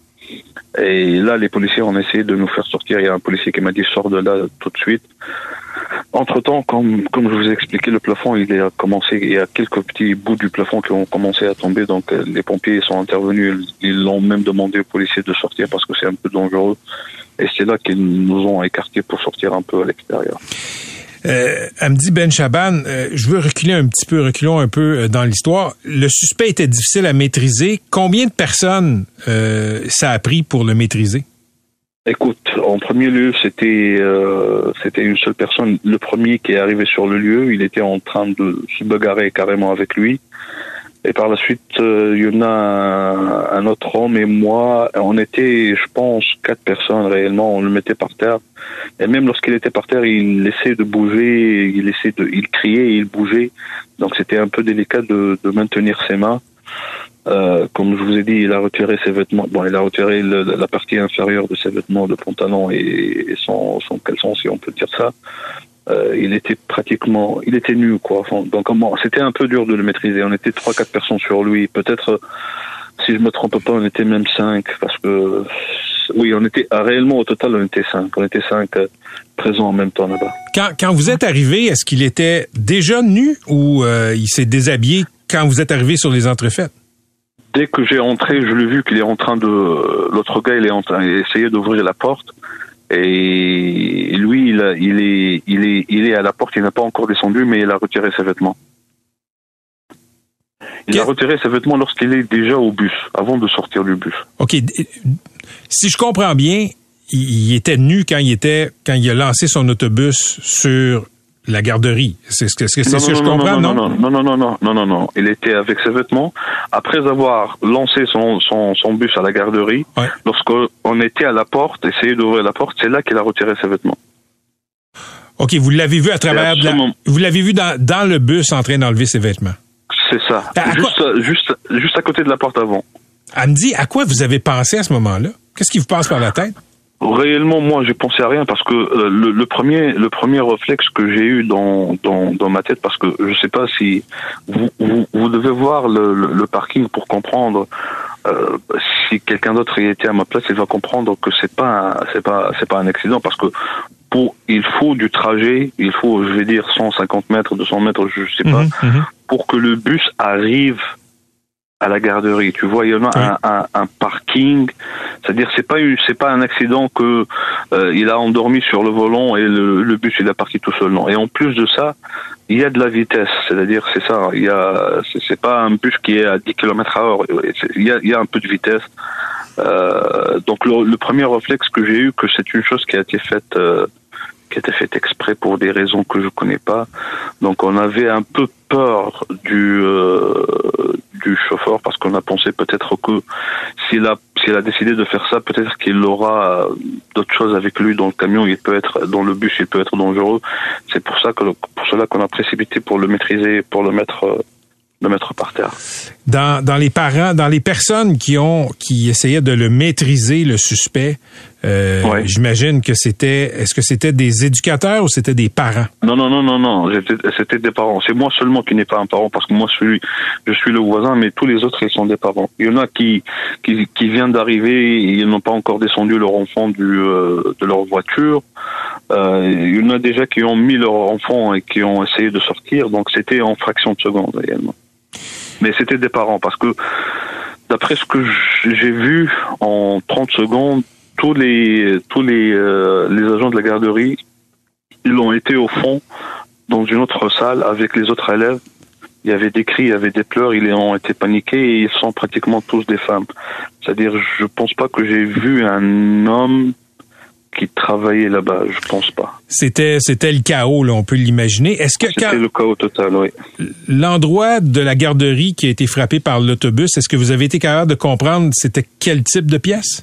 [SPEAKER 6] Et là, les policiers ont essayé de nous faire sortir. Il y a un policier qui m'a dit, sors de là tout de suite. Entre-temps, comme, comme je vous ai expliqué, le plafond, il a commencé, il y a quelques petits bouts du plafond qui ont commencé à tomber. Donc, les pompiers sont intervenus. Ils l'ont même demandé aux policiers de sortir parce que c'est un peu dangereux. Et c'est là qu'ils nous ont écartés pour sortir un peu à l'extérieur.
[SPEAKER 3] Euh, Hamdi Benchaban, euh, je veux reculer un petit peu, reculons un peu euh, dans l'histoire. Le suspect était difficile à maîtriser. Combien de personnes euh, ça a pris pour le maîtriser?
[SPEAKER 6] Écoute, en premier lieu, c'était euh, c'était une seule personne. Le premier qui est arrivé sur le lieu, il était en train de se bagarrer carrément avec lui. Et par la suite, euh, il y en a un, un autre homme et moi. On était, je pense, quatre personnes réellement. On le mettait par terre. Et même lorsqu'il était par terre, il essayait de bouger, il essayait de, il criait et il bougeait. Donc c'était un peu délicat de, de maintenir ses mains. Euh, comme je vous ai dit, il a retiré ses vêtements. Bon, il a retiré le, la partie inférieure de ses vêtements, de pantalon et, et son, son caleçon, si on peut dire ça. Euh, il était pratiquement, il était nu, quoi. Enfin, donc, comment, c'était un peu dur de le maîtriser. On était trois, quatre personnes sur lui. Peut-être, si je me trompe pas, on était même cinq, parce que, oui, on était, réellement, au total, on était cinq. On était cinq euh, présents en même temps là-bas.
[SPEAKER 3] Quand, quand vous êtes arrivé, est-ce qu'il était déjà nu ou euh, il s'est déshabillé quand vous êtes arrivé sur les entrefaites?
[SPEAKER 6] Dès que j'ai entré, je l'ai vu qu'il est en train de, l'autre gars, il est en train d'essayer d'ouvrir la porte. Et lui, il, a, il est, il est, il est à la porte. Il n'a pas encore descendu, mais il a retiré ses vêtements. Il Qu'est-ce... a retiré ses vêtements lorsqu'il est déjà au bus, avant de sortir du bus.
[SPEAKER 3] Ok, si je comprends bien, il était nu quand il était, quand il a lancé son autobus sur la garderie. C'est ce que, est-ce que c'est ce que je comprends, non?
[SPEAKER 6] Non, non, non, non, non, non, non, non. Il était avec ses vêtements. Après avoir lancé son, son, son bus à la garderie, ouais. Lorsqu'on était à la porte, essayé d'ouvrir la porte, c'est là qu'il a retiré ses vêtements.
[SPEAKER 3] OK, vous l'avez vu à travers, de la, vous l'avez vu dans, dans le bus en train d'enlever ses vêtements.
[SPEAKER 6] C'est ça. À juste, quoi, juste, juste à côté de la porte avant.
[SPEAKER 3] Elle me dit, à quoi vous avez pensé à ce moment-là? Qu'est-ce qui vous passe par la tête?
[SPEAKER 6] Réellement, moi, j'ai pensé à rien parce que euh, le, le premier, le premier réflexe que j'ai eu dans, dans, dans ma tête, parce que je sais pas si vous, vous, vous devez voir le, le, le parking pour comprendre. Euh, si quelqu'un d'autre y était à ma place, il va comprendre que c'est pas, un, c'est pas, c'est pas un accident parce que pour, il faut du trajet, il faut, je vais dire, cent cinquante mètres, deux cents mètres, je sais pas, mmh, pour que le bus arrive à la garderie. Tu vois, il y en a oui. un, un, un parking. C'est-à-dire, c'est pas une, c'est pas un accident que euh, il a endormi sur le volant et le, le bus il a parti tout seul. Non. Et en plus de ça, il y a de la vitesse. C'est-à-dire, c'est ça. Il y a, c'est, c'est pas un bus qui est à dix kilomètres à heure. Il y a, il y a un peu de vitesse. Euh, donc, le, le premier réflexe que j'ai eu, que c'est une chose qui a été faite. Euh, qui a été fait exprès pour des raisons que je connais pas. Donc on avait un peu peur du euh, du chauffeur parce qu'on a pensé peut-être que s'il a s'il a décidé de faire ça, peut-être qu'il aura d'autres choses avec lui dans le camion, il peut être dans le bus, il peut être dangereux. C'est pour ça que pour cela qu'on a précipité pour le maîtriser, pour le mettre euh, le mettre par terre.
[SPEAKER 3] Dans, dans les parents, dans les personnes qui ont qui essayaient de le maîtriser, le suspect, euh, ouais. j'imagine que c'était, est-ce que c'était des éducateurs ou c'était des parents?
[SPEAKER 6] Non, non, non, non, non, c'était, c'était des parents. C'est moi seulement qui n'ai pas un parent parce que moi, je suis, je suis le voisin, mais tous les autres, ils sont des parents. Il y en a qui, qui, qui viennent d'arriver, ils n'ont pas encore descendu leur enfant du, euh, de leur voiture. Euh, il y en a déjà qui ont mis leur enfant et qui ont essayé de sortir, donc c'était en fraction de seconde réellement. Mais c'était des parents parce que d'après ce que j'ai vu en trente secondes, tous les tous les euh, les agents de la garderie, ils ont été au fond dans une autre salle avec les autres élèves. Il y avait des cris, il y avait des pleurs, ils ont été paniqués et ils sont pratiquement tous des femmes. C'est-à-dire, je pense pas que j'ai vu un homme qui travaillait là-bas, je pense pas.
[SPEAKER 3] C'était c'était le chaos, là, on peut l'imaginer. Est-ce que
[SPEAKER 6] c'était
[SPEAKER 3] quand
[SPEAKER 6] le chaos total, oui.
[SPEAKER 3] L'endroit de la garderie qui a été frappé par l'autobus, est-ce que vous avez été capable de comprendre c'était quel type de pièce?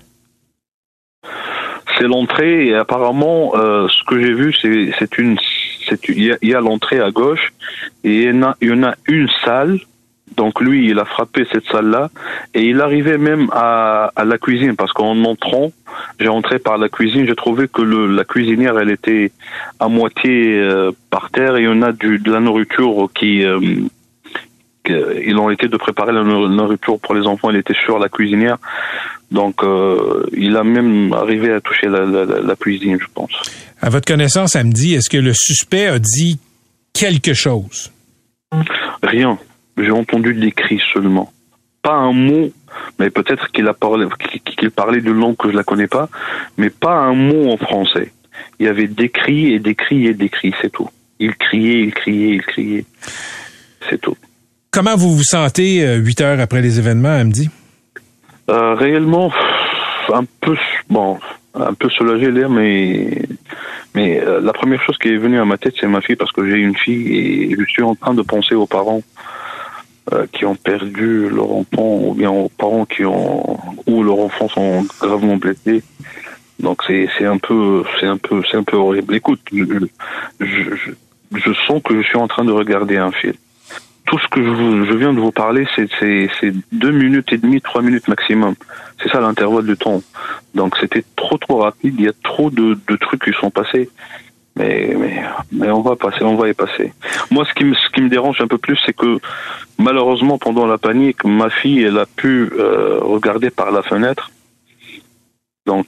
[SPEAKER 6] C'est l'entrée et apparemment euh, ce que j'ai vu c'est c'est une c'est il y a, il y a l'entrée à gauche et il y en a il y en a une salle. Donc lui, il a frappé cette salle-là et il arrivait même à, à la cuisine parce qu'en entrant, j'ai entré par la cuisine, j'ai trouvé que le, la cuisinière, elle était à moitié euh, par terre et il y en a du, de la nourriture qui, euh, qui, ils ont été de préparer la nourriture pour les enfants, elle était sur la cuisinière. Donc euh, il a même arrivé à toucher la, la, la cuisine, je pense.
[SPEAKER 3] À votre connaissance, samedi, est-ce que le suspect a dit quelque chose?
[SPEAKER 6] Rien. J'ai entendu des cris seulement. Pas un mot, mais peut-être qu'il a parlé, qu'il parlait d'une langue que je la connais pas, mais pas un mot en français. Il y avait des cris et des cris et des cris, c'est tout. Il criait, il criait, il criait. C'est tout.
[SPEAKER 3] Comment vous vous sentez euh, huit heures après les événements, Hamdi?
[SPEAKER 6] Euh, réellement, un peu, bon, un peu soulagé là, mais, mais euh, la première chose qui est venue à ma tête, c'est ma fille, parce que j'ai une fille et je suis en train de penser aux parents Euh, qui ont perdu leur enfant ou bien aux parents qui ont ou leurs enfants sont gravement blessés. Donc c'est c'est un peu c'est un peu c'est un peu horrible. Écoute, je, je, je sens que je suis en train de regarder un film. Tout ce que je, vous, je viens de vous parler, c'est c'est c'est deux minutes et demie, trois minutes maximum. C'est ça l'intervalle de temps. Donc c'était trop trop rapide. Il y a trop de de trucs qui sont passés. Mais, mais, mais on va passer, on va y passer. Moi, ce qui me, ce qui me dérange un peu plus, c'est que, malheureusement, pendant la panique, ma fille, elle a pu euh, regarder par la fenêtre. Donc,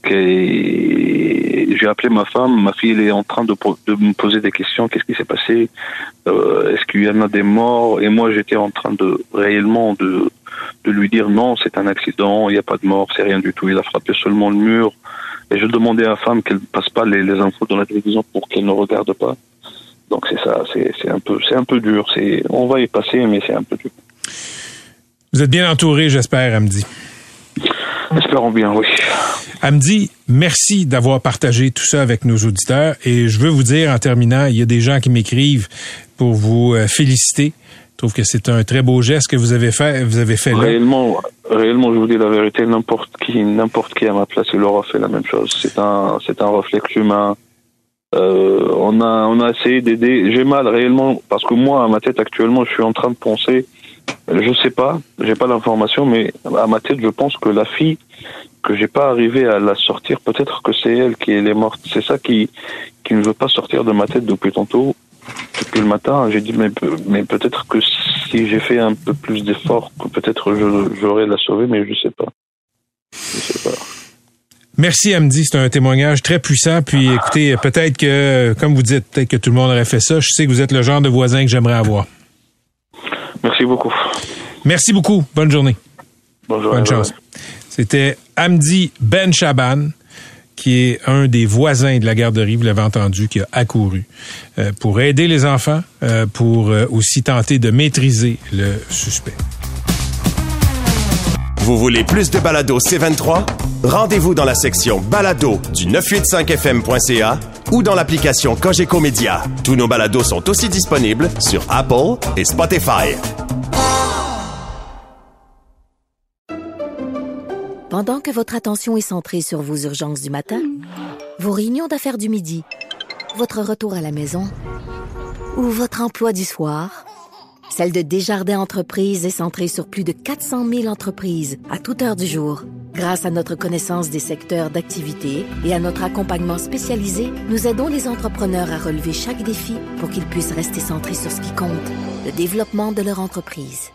[SPEAKER 6] et, j'ai appelé ma femme. Ma fille, elle est en train de, de me poser des questions. Qu'est-ce qui s'est passé? euh, Est-ce qu'il y en a des morts? Et moi, j'étais en train de, réellement, de, de lui dire non, c'est un accident, il n'y a pas de mort, c'est rien du tout. Il a frappé seulement le mur. Et je demandais à la femme qu'elle ne passe pas les, les infos dans la télévision pour qu'elle ne regarde pas. Donc c'est ça, c'est, c'est un peu, c'est un peu dur. C'est, on va y passer, mais c'est un peu dur.
[SPEAKER 3] Vous êtes bien entouré, j'espère, Hamdi.
[SPEAKER 6] Espérons bien, oui.
[SPEAKER 3] Hamdi, merci d'avoir partagé tout ça avec nos auditeurs. Et je veux vous dire, en terminant, il y a des gens qui m'écrivent pour vous féliciter. Je trouve que c'est un très beau geste que vous avez fait, vous avez fait là.
[SPEAKER 6] Réellement, réellement, je vous dis la vérité, n'importe qui, n'importe qui à ma place, il aura fait la même chose. C'est un, c'est un réflexe humain. Euh, on a, on a essayé d'aider. J'ai mal réellement parce que moi, à ma tête actuellement, je suis en train de penser Je sais pas, j'ai pas l'information, mais à ma tête, je pense que la fille, que j'ai pas arrivé à la sortir, peut-être que c'est elle qui est morte. C'est ça qui, qui ne veut pas sortir de ma tête depuis tantôt. Depuis le matin, j'ai dit, mais, mais peut-être que si j'ai fait un peu plus d'efforts, que peut-être je, j'aurais la sauver, mais je sais pas. Je sais pas.
[SPEAKER 3] Merci, Hamdi. C'est un témoignage très puissant. Puis, écoutez, peut-être que, comme vous dites, peut-être que tout le monde aurait fait ça. Je sais que vous êtes le genre de voisin que j'aimerais avoir.
[SPEAKER 6] Merci beaucoup.
[SPEAKER 3] Merci beaucoup. Bonne journée.
[SPEAKER 6] Bonjour.
[SPEAKER 3] Bonne chance. C'était Hamdi Ben Chaban, qui est un des voisins de la garderie, vous l'avez entendu, qui a accouru euh, pour aider les enfants, euh, pour euh, aussi tenter de maîtriser le suspect.
[SPEAKER 2] Vous voulez plus de balados C vingt-trois? Rendez-vous dans la section balado du neuf cent quatre-vingt-cinq F M point C A ou dans l'application Cogeco Média. Tous nos balados sont aussi disponibles sur Apple et Spotify.
[SPEAKER 1] Pendant que votre attention est centrée sur vos urgences du matin, vos réunions d'affaires du midi, votre retour à la maison ou votre emploi du soir, celle de Desjardins Entreprises est centrée sur plus de quatre cent mille entreprises à toute heure du jour. Grâce à notre connaissance des secteurs d'activité et à notre accompagnement spécialisé, nous aidons les entrepreneurs à relever chaque défi pour qu'ils puissent rester centrés sur ce qui compte, le développement de leur entreprise.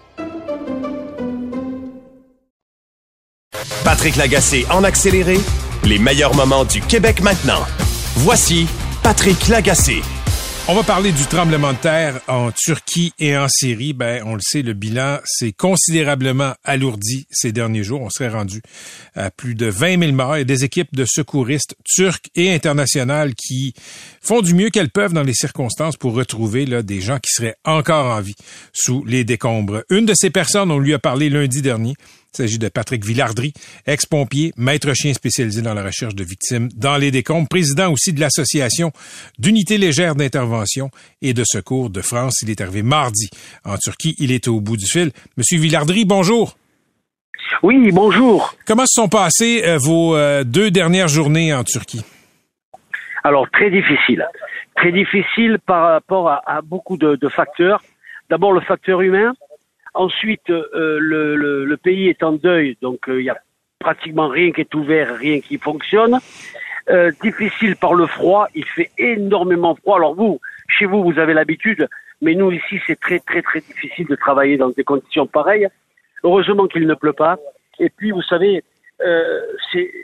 [SPEAKER 2] Patrick Lagacé en accéléré, les meilleurs moments du Québec maintenant. Voici Patrick Lagacé.
[SPEAKER 3] On va parler du tremblement de terre en Turquie et en Syrie. Ben, on le sait, le bilan s'est considérablement alourdi ces derniers jours. On serait rendu à plus de vingt mille morts. Il y a des équipes de secouristes turcs et internationales qui font du mieux qu'elles peuvent dans les circonstances pour retrouver là, des gens qui seraient encore en vie sous les décombres. Une de ces personnes, on lui a parlé lundi dernier. Il s'agit de Patrick Villardry, ex-pompier, maître chien spécialisé dans la recherche de victimes dans les décombres, président aussi de l'Association d'unités légères d'intervention et de secours de France. Il est arrivé mardi en Turquie. Il est au bout du fil. Monsieur Villardry, bonjour.
[SPEAKER 7] Oui, bonjour.
[SPEAKER 3] Comment se sont passées euh, vos euh, deux dernières journées en Turquie?
[SPEAKER 7] Alors, très difficile. Très difficile par rapport à, à beaucoup de, de facteurs. D'abord, le facteur humain. Ensuite, euh, le, le, le pays est en deuil, donc il euh, y a pratiquement rien qui est ouvert, rien qui fonctionne. Euh, difficile par le froid, il fait énormément froid. Alors vous, chez vous, vous avez l'habitude, mais nous ici, c'est très très très difficile de travailler dans des conditions pareilles. Heureusement qu'il ne pleut pas. Et puis, vous savez, euh, c'est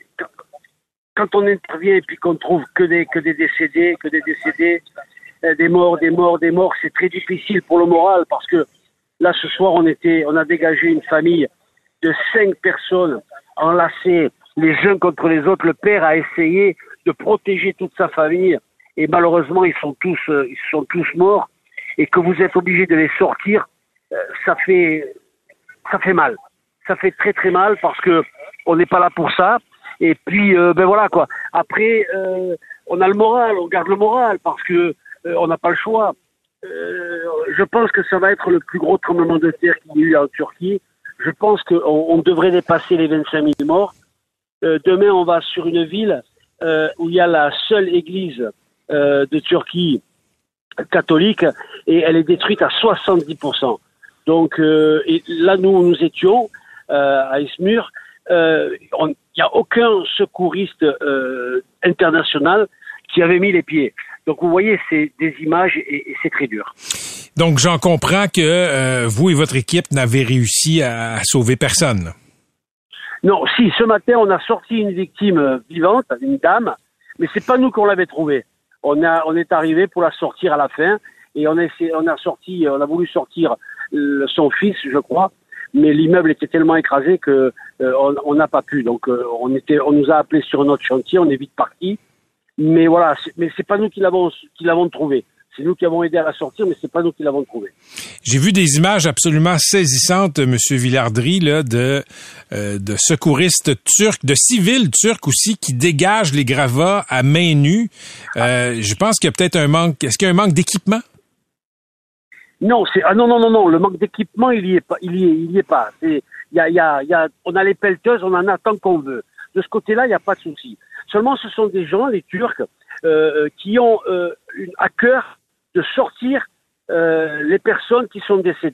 [SPEAKER 7] quand on intervient et puis qu'on trouve que des que des décédés, que des décédés, euh, des morts, des morts, des morts, c'est très difficile pour le moral parce que là, ce soir, on était, on a dégagé une famille de cinq personnes enlacées les uns contre les autres. Le père a essayé de protéger toute sa famille et malheureusement, ils sont tous, euh, ils sont tous morts. Et que vous êtes obligé de les sortir, euh, ça fait, ça fait mal. Ça fait très très mal parce que on n'est pas là pour ça. Et puis, euh, ben voilà quoi. Après, euh, on a le moral, on garde le moral parce que euh, on n'a pas le choix. Euh, je pense que ça va être le plus gros tremblement de terre qu'il y a eu en Turquie. Je pense qu'on on devrait dépasser les vingt-cinq mille morts. Euh, demain, on va sur une ville euh, où il y a la seule église euh, de Turquie catholique et elle est détruite à soixante-dix pour cent. Donc euh, et là, nous, où nous étions euh, à Izmir, euh, il n'y a aucun secouriste euh, international qui avait mis les pieds. Donc, vous voyez, c'est des images et, et c'est très dur.
[SPEAKER 3] Donc, j'en comprends que euh, vous et votre équipe n'avez réussi à, à sauver personne.
[SPEAKER 7] Non, si, ce matin, on a sorti une victime vivante, une dame, mais c'est pas nous qu'on l'avait trouvée. On a, on est arrivé pour la sortir à la fin et on a, on a sorti, on a voulu sortir euh, son fils, je crois, mais l'immeuble était tellement écrasé que euh, on n'a pas pu. Donc, euh, on était, on nous a appelés sur notre chantier, on est vite partis. Mais voilà, c'est, mais c'est pas nous qui l'avons qui l'avons trouvé. C'est nous qui avons aidé à la sortir, mais c'est pas nous qui l'avons trouvé.
[SPEAKER 3] J'ai vu des images absolument saisissantes, Monsieur Villardry, là, de euh, de secouristes turcs, de civils turcs aussi, qui dégagent les gravats à main nue. Euh, je pense qu'il y a peut-être un manque. Est-ce qu'il y a un manque d'équipement?
[SPEAKER 7] Non, c'est ah non non non non. Le manque d'équipement, il y est pas. Il y est, il y est pas. C'est il y a il y a il y a. On a les pelleteuses, on en a tant qu'on veut. De ce côté-là, il n'y a pas de souci. Seulement, ce sont des gens, les Turcs, euh, qui ont euh, une, à cœur de sortir euh, les personnes qui sont décédées.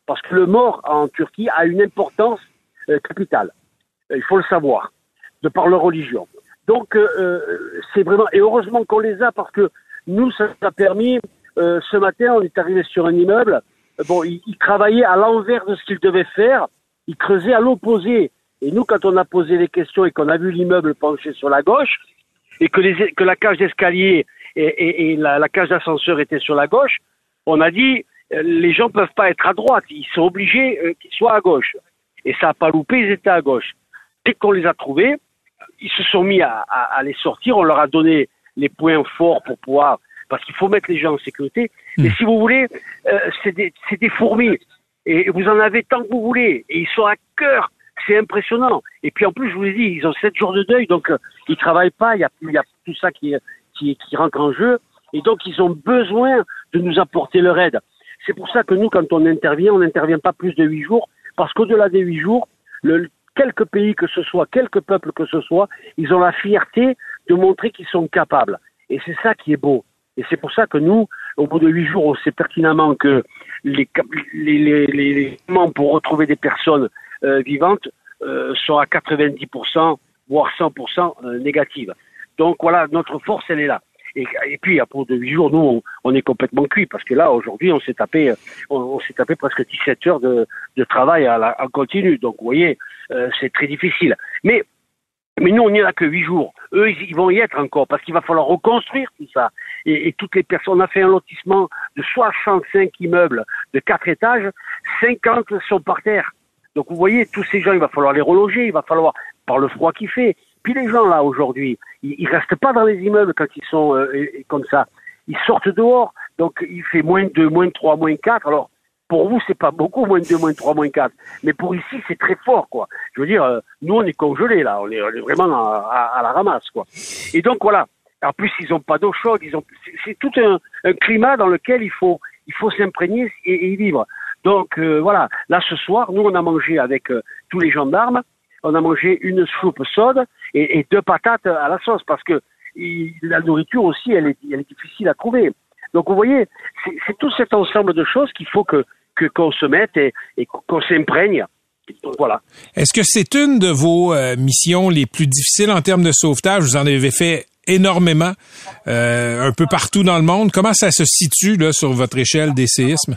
[SPEAKER 7] Parce que le mort en Turquie a une importance euh, capitale. Euh, il faut le savoir, de par leur religion. Donc, euh, c'est vraiment... Et heureusement qu'on les a, parce que nous, ça nous a permis... Euh, ce matin, on est arrivé sur un immeuble. Bon, il, il travaillait à l'envers de ce qu'il devait faire. Il creusait à l'opposé. Et nous, quand on a posé les questions et qu'on a vu l'immeuble penché sur la gauche, et que, les, que la cage d'escalier et, et, et la, la cage d'ascenseur était sur la gauche, on a dit, euh, les gens peuvent pas être à droite. Ils sont obligés euh, qu'ils soient à gauche. Et ça a pas loupé, ils étaient à gauche. Dès qu'on les a trouvés, ils se sont mis à, à, à les sortir. On leur a donné les points forts pour pouvoir... Parce qu'il faut mettre les gens en sécurité. Mmh. Mais si vous voulez, euh, c'est des, c'est des fourmis. Et vous en avez tant que vous voulez. Et ils sont à cœur. C'est impressionnant. Et puis en plus, je vous l'ai dit, ils ont sept jours de deuil. Donc, euh, ils travaillent pas. Il y a, il y a tout ça qui, qui, qui rentre en jeu. Et donc, ils ont besoin de nous apporter leur aide. C'est pour ça que nous, quand on intervient, on n'intervient pas plus de huit jours. Parce qu'au-delà des huit jours, le, quelques pays que ce soit, quelques peuples que ce soit, ils ont la fierté de montrer qu'ils sont capables. Et c'est ça qui est beau. Et c'est pour ça que nous, au bout de huit jours, on sait pertinemment que les les les les moments pour retrouver des personnes euh, vivantes euh, sont à quatre-vingt-dix pour cent, voire cent pour cent euh, négatives. Donc voilà, notre force, elle est là. Et, et puis, à bout de huit jours, nous, on, on est complètement cuit, parce que là, aujourd'hui, on s'est tapé, on, on s'est tapé presque dix-sept heures de, de travail à la, en continu. Donc, vous voyez, euh, c'est très difficile. Mais Mais nous, on n'y a que huit jours. Eux, ils, ils vont y être encore, parce qu'il va falloir reconstruire tout ça. Et, et toutes les personnes, on a fait un lotissement de soixante-cinq immeubles de quatre étages, cinquante sont par terre. Donc vous voyez, tous ces gens, il va falloir les reloger, il va falloir, par le froid qu'il fait. Puis les gens là, aujourd'hui, ils, ils restent pas dans les immeubles quand ils sont euh, et, et comme ça. Ils sortent dehors, donc il fait moins de deux, moins de trois, moins de quatre. Alors, pour vous, c'est pas beaucoup, moins de deux, moins de trois, moins de quatre. Mais pour ici, c'est très fort, quoi. Je veux dire, euh, nous, on est congelés, là. On est, on est vraiment à, à, à la ramasse, quoi. Et donc, voilà. En plus, ils ont pas d'eau chaude. Ils ont, c'est, c'est tout un, un climat dans lequel il faut, il faut s'imprégner et, et y vivre. Donc, euh, voilà. Là, ce soir, nous, on a mangé avec euh, tous les gendarmes. On a mangé une soupe chaude et, et deux patates à la sauce, parce que il, la nourriture aussi, elle est, elle est difficile à trouver. Donc, vous voyez, c'est, c'est tout cet ensemble de choses qu'il faut que, que qu'on se mette et, et qu'on s'imprègne. Donc, voilà.
[SPEAKER 3] Est-ce que c'est une de vos euh, missions les plus difficiles en termes de sauvetage? Vous en avez fait énormément, euh, un peu partout dans le monde. Comment ça se situe là sur votre échelle des séismes?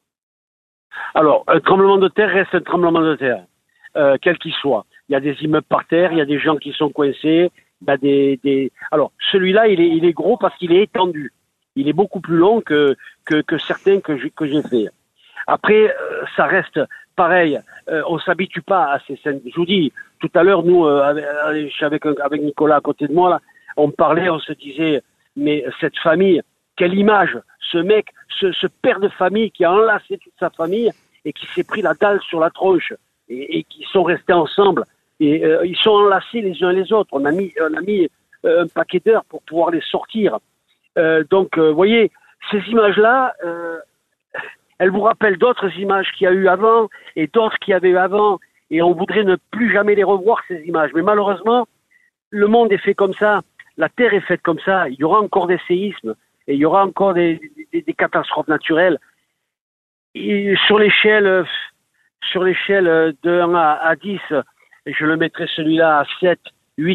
[SPEAKER 7] Alors, un tremblement de terre reste un tremblement de terre, euh, quel qu'il soit. Il y a des immeubles par terre, il y a des gens qui sont coincés, il y a des, des... Alors, celui-là, il est, il est gros parce qu'il est étendu. Il est beaucoup plus long que, que, que certains que j'ai, que j'ai fait. Après, euh, ça reste pareil. Euh, on s'habitue pas à ces scènes. Je vous dis, tout à l'heure, nous, euh, avec, avec, avec Nicolas à côté de moi, là, on parlait, on se disait, mais cette famille, quelle image, ce mec, ce, ce père de famille qui a enlacé toute sa famille et qui s'est pris la dalle sur la tronche et, et qui sont restés ensemble. Et euh, ils sont enlacés les uns les autres. On a mis, on a mis euh, un paquet d'heures pour pouvoir les sortir. Euh, donc, vous euh, voyez, ces images-là, euh, elles vous rappellent d'autres images qu'il y a eu avant et d'autres qu'il y avait eu avant. Et on voudrait ne plus jamais les revoir, ces images. Mais malheureusement, le monde est fait comme ça. La Terre est faite comme ça. Il y aura encore des séismes et il y aura encore des, des, des catastrophes naturelles. Et sur l'échelle, sur l'échelle de un à dix, je le mettrai celui-là à sept, huit.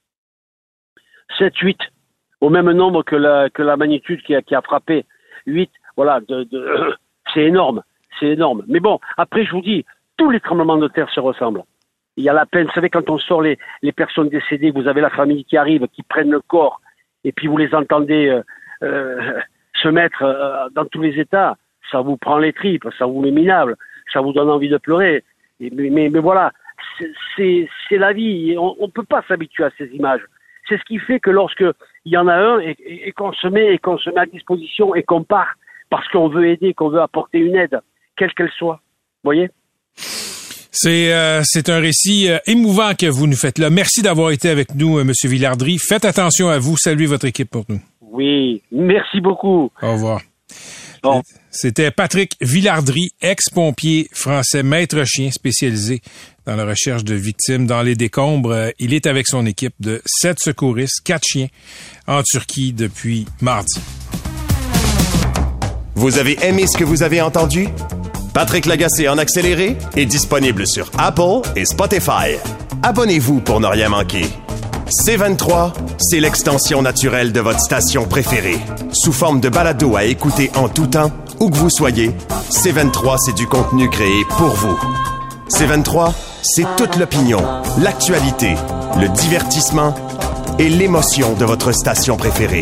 [SPEAKER 7] sept, huit. Au même nombre que la, que la magnitude qui a, qui a frappé. huit, voilà, de, de, c'est énorme, c'est énorme. Mais bon, après je vous dis, tous les tremblements de terre se ressemblent. Il y a la peine, vous savez, quand on sort les, les personnes décédées, vous avez la famille qui arrive, qui prennent le corps, et puis vous les entendez euh, euh, se mettre euh, dans tous les états, ça vous prend les tripes, ça vous met minable, ça vous donne envie de pleurer. Et, mais, mais, mais voilà, c'est, c'est, c'est la vie, on ne peut pas s'habituer à ces images. C'est ce qui fait que lorsque il y en a un et, et, et qu'on se met et qu'on se met à disposition et qu'on part parce qu'on veut aider, qu'on veut apporter une aide, quelle qu'elle soit, vous voyez?
[SPEAKER 3] C'est euh, c'est un récit euh, émouvant que vous nous faites là. Merci d'avoir été avec nous, euh, Monsieur Villardry. Faites attention à vous. Saluez votre équipe pour nous.
[SPEAKER 7] Oui, merci beaucoup.
[SPEAKER 3] Au revoir.
[SPEAKER 7] Bon.
[SPEAKER 3] C'était Patrick Villardry, ex-pompier français, maître chien spécialisé dans la recherche de victimes dans les décombres. Il est avec son équipe de sept secouristes, quatre chiens en Turquie depuis mardi.
[SPEAKER 2] Vous avez aimé ce que vous avez entendu? Patrick Lagacé en accéléré est disponible sur Apple et Spotify. Abonnez-vous pour ne rien manquer. C vingt-trois, c'est l'extension naturelle de votre station préférée. Sous forme de balado à écouter en tout temps, où que vous soyez, C vingt-trois, c'est du contenu créé pour vous. C vingt-trois, c'est toute l'opinion, l'actualité, le divertissement et l'émotion de votre station préférée.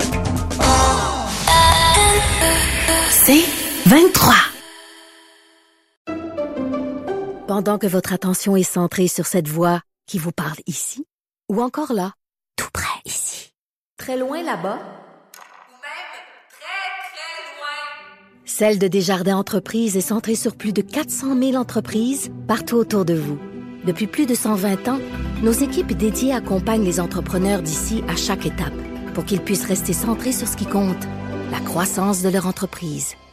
[SPEAKER 1] C vingt-trois. Pendant que votre attention est centrée sur cette voix qui vous parle ici, ou encore là, tout près ici, très loin là-bas, ou même très, très loin, celle de Desjardins Entreprises est centrée sur plus de quatre cent mille entreprises partout autour de vous. Depuis plus de cent vingt ans, nos équipes dédiées accompagnent les entrepreneurs d'ici à chaque étape pour qu'ils puissent rester centrés sur ce qui compte, la croissance de leur entreprise.